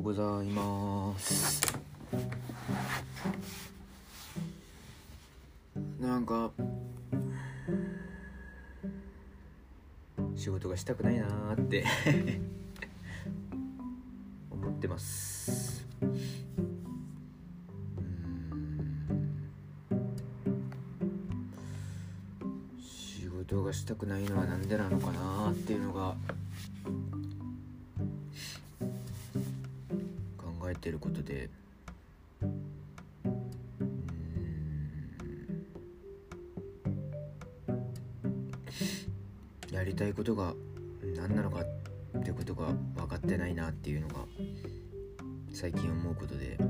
ございます。なんか仕事がしたくないなーって思ってます。仕事がしたくないのはなんでなのかなっていうのが考えてることで、やりたいことが何なのかってことが分かってないなっていうのが最近思うことで、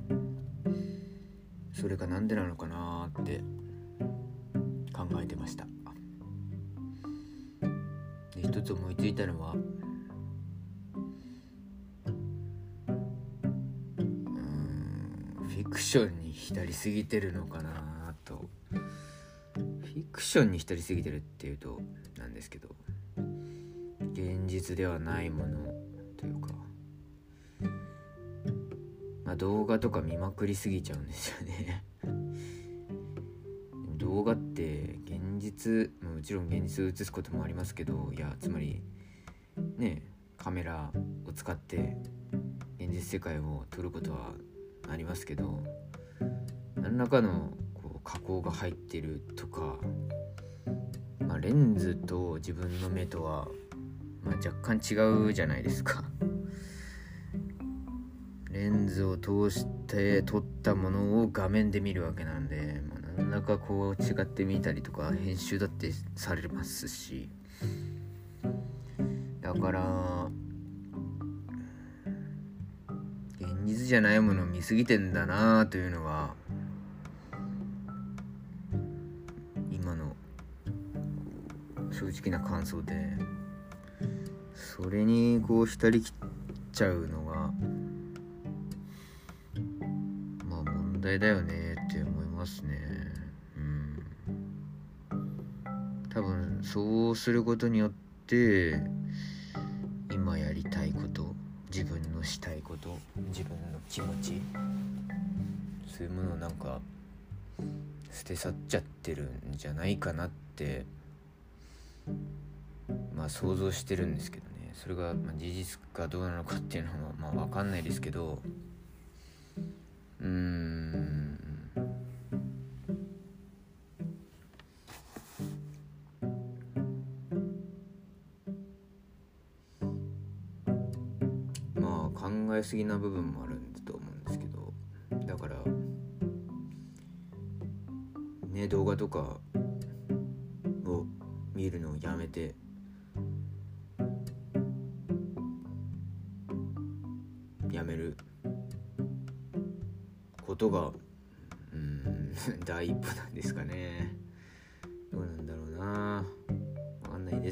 それがなんでなのかなって考えてました。で、一つ思いついたのはフィクションに浸りすぎてるのかなと。フィクションに浸りすぎてるっていうとなんですけど、現実ではないものというか、動画とか見まくりすぎちゃうんですよね動画って現実、もちろん現実を映すこともありますけど、つまりね、カメラを使って現実世界を撮ることはありますけど、何らかの加工が入ってるとか、レンズと自分の目とは、若干違うじゃないですか。レンズを通して撮ったものを画面で見るわけなんで、何らか違って見たりとか編集だってされますし、だから現実じゃないものを見すぎてんだなというのが今の正直な感想で、それに浸りきっちゃうのが問題だよねって思いますね。多分そうすることによって今やりたいこと、自分のしたいこと、自分の気持ち、そういうものを捨て去っちゃってるんじゃないかなって想像してるんですけどね。それが事実かどうなのかっていうのは分かんないですけど、考えすぎな部分もあるんだと思うんですけど、だからね、動画とかを見るのをやめて、やめることが第一歩なんですかね。どうなんだろうな、分かんないです。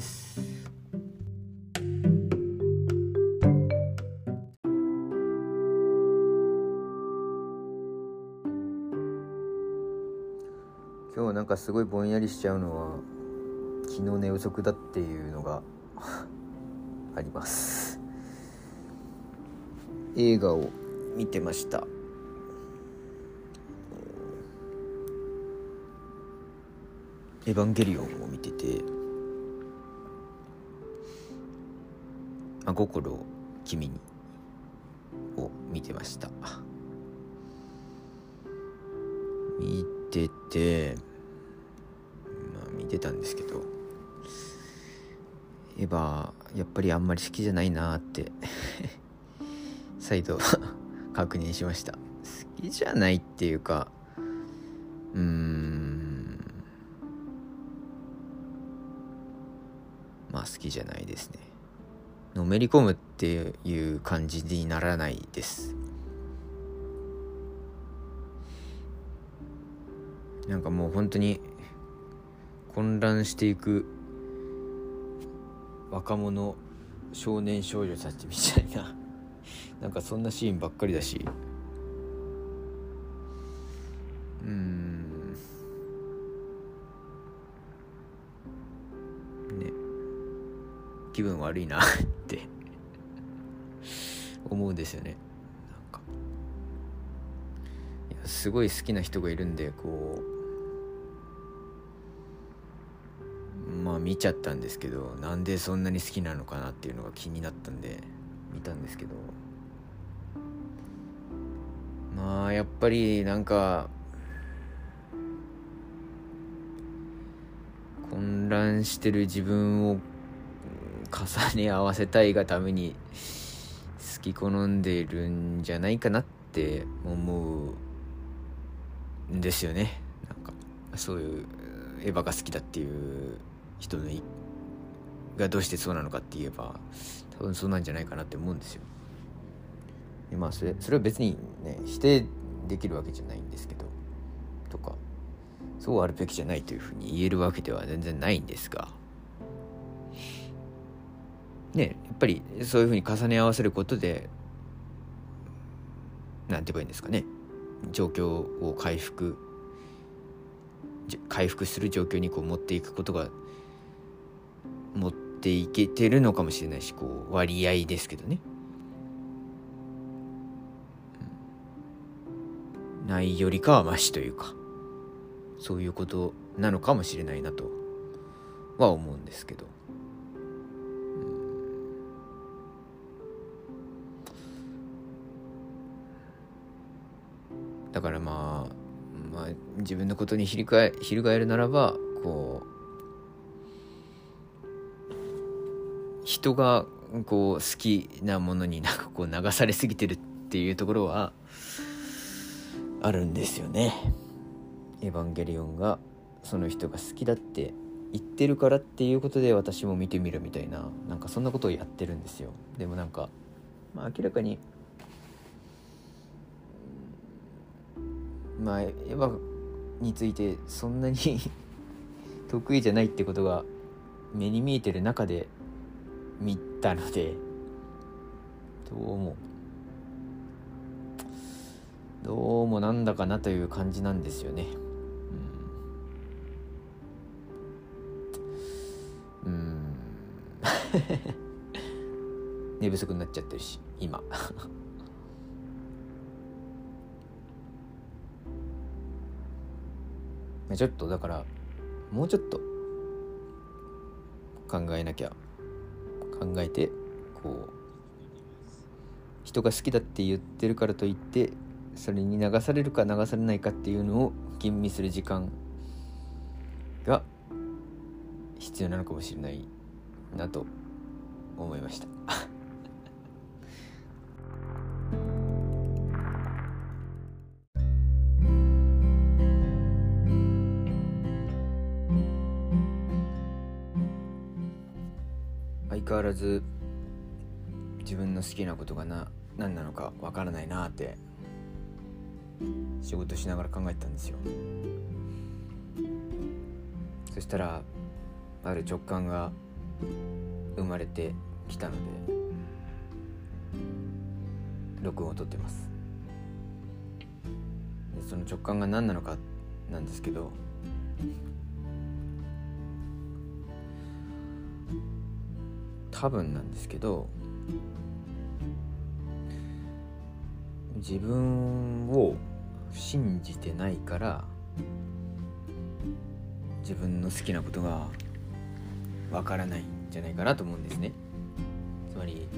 今日すごいぼんやりしちゃうのは、昨日寝不足だっていうのがあります。映画を見てました。エヴァンゲリオンを見てて、心を君にを見てました。見てたんですけど、エヴァやっぱりあんまり好きじゃないなって再度確認しました。好きじゃないっていうか、好きじゃないですね。のめり込むっていう感じにならないです。もう本当に混乱していく若者、少年少女たちみたいなそんなシーンばっかりだし、気分悪いなって思うんですよね。 すごい好きな人がいるんで見ちゃったんですけど、なんでそんなに好きなのかなっていうのが気になったんで見たんですけど、やっぱりなんか混乱してる自分を重ね合わせたいがために好き好んでいるんじゃないかなって思うんですよね。なんかそういうエヴァが好きだっていう人がどうしてそうなのかって言えば多分そうなんじゃないかなって思うんですよ。でそれは別にね否定できるわけじゃないんですけど、とかそうあるべきじゃないというふうに言えるわけでは全然ないんですがね、やっぱりそういうふうに重ね合わせることでなんて言えばいいんですかね、状況を回復する状況に持っていくことが持っていけてるのかもしれないし、割合ですけどね、ないよりかはマシというか、そういうことなのかもしれないなとは思うんですけど、だから自分のことに翻るならば人が好きなものに流されすぎてるっていうところはあるんですよね。エヴァンゲリオンがその人が好きだって言ってるからっていうことで私も見てみるみたいな、そんなことをやってるんですよ。でも明らかにエヴァについてそんなに得意じゃないってことが目に見えてる中で見たので、どうもなんだかなという感じなんですよね。寝不足になっちゃってるし今ちょっとだからもうちょっと考えて人が好きだって言ってるからといってそれに流されるか流されないかっていうのを吟味する時間が必要なのかもしれないなと思いました相変わらず自分の好きなことが何なのかわからないなって仕事しながら考えてたんですよ。そしたらある直感が生まれてきたので録音を撮ってます。でその直感が何なのかなんですけど、多分なんですけど、自分を信じてないから自分の好きなことがわからないんじゃないかなと思うんですね。つまり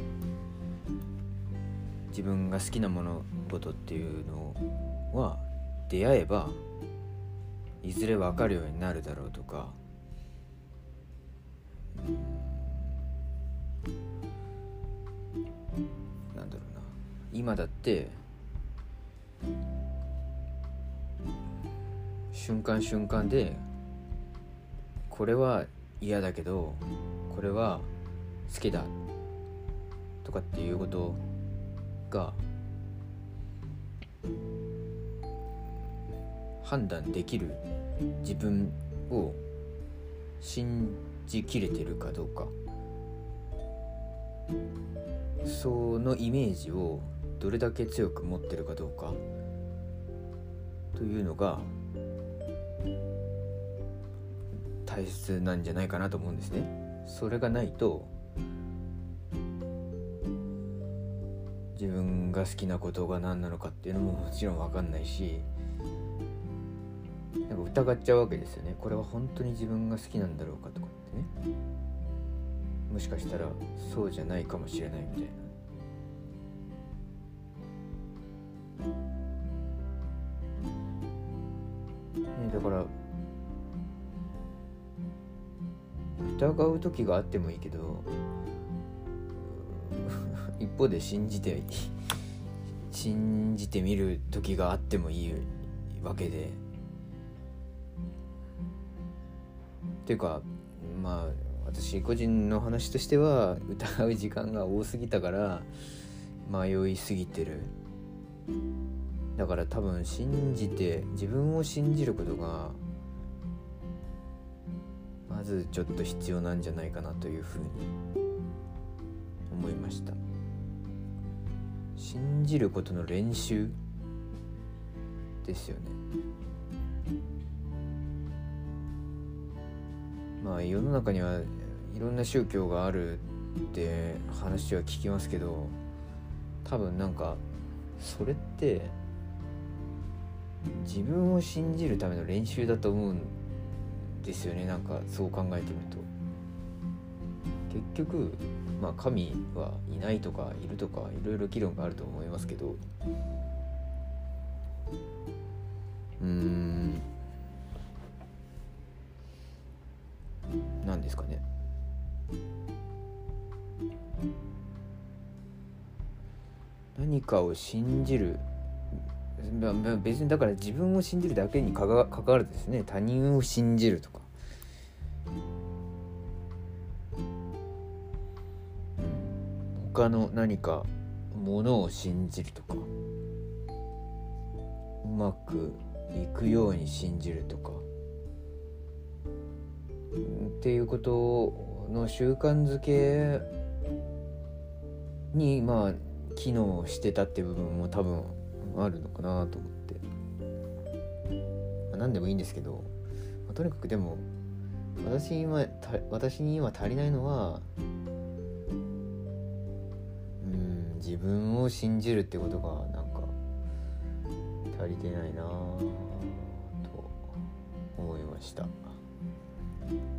自分が好きな物事っていうのは出会えばいずれわかるようになるだろうとか、今だって瞬間瞬間でこれは嫌だけどこれは好きだとかっていうことが判断できる自分を信じきれてるかどうか、そのイメージをどれだけ強く持ってるかどうかというのが大切なんじゃないかなと思うんですね。それがないと自分が好きなことが何なのかっていうのももちろん分かんないし、 なんか疑っちゃうわけですよね。これは本当に自分が好きなんだろうかとかってね、もしかしたらそうじゃないかもしれないみたいな、ね、だから疑う時があってもいいけど一方で信じてみる時があってもいいわけで、っていうかまあ私個人の話としては疑う時間が多すぎたから迷いすぎてる。だから多分自分を信じることがまずちょっと必要なんじゃないかなというふうに思いました。信じることの練習ですよね。まあ世の中にはいろんな宗教があるって話は聞きますけど、多分なんかそれって自分を信じるための練習だと思うんですよね。なんかそう考えてみると結局まあ神はいないとかいるとかいろいろ議論があると思いますけど、なんですかね、何かを信じる、別にだから自分を信じるだけに関わるですね、他人を信じるとか、他の何かものを信じるとか、うまくいくように信じるとかっていうことの習慣づけにまあ機能してたっていう部分も多分あるのかなと思って、何でもいいんですけど、とにかくでも私に今足りないのは自分を信じるってことがなんか足りてないなと思いました。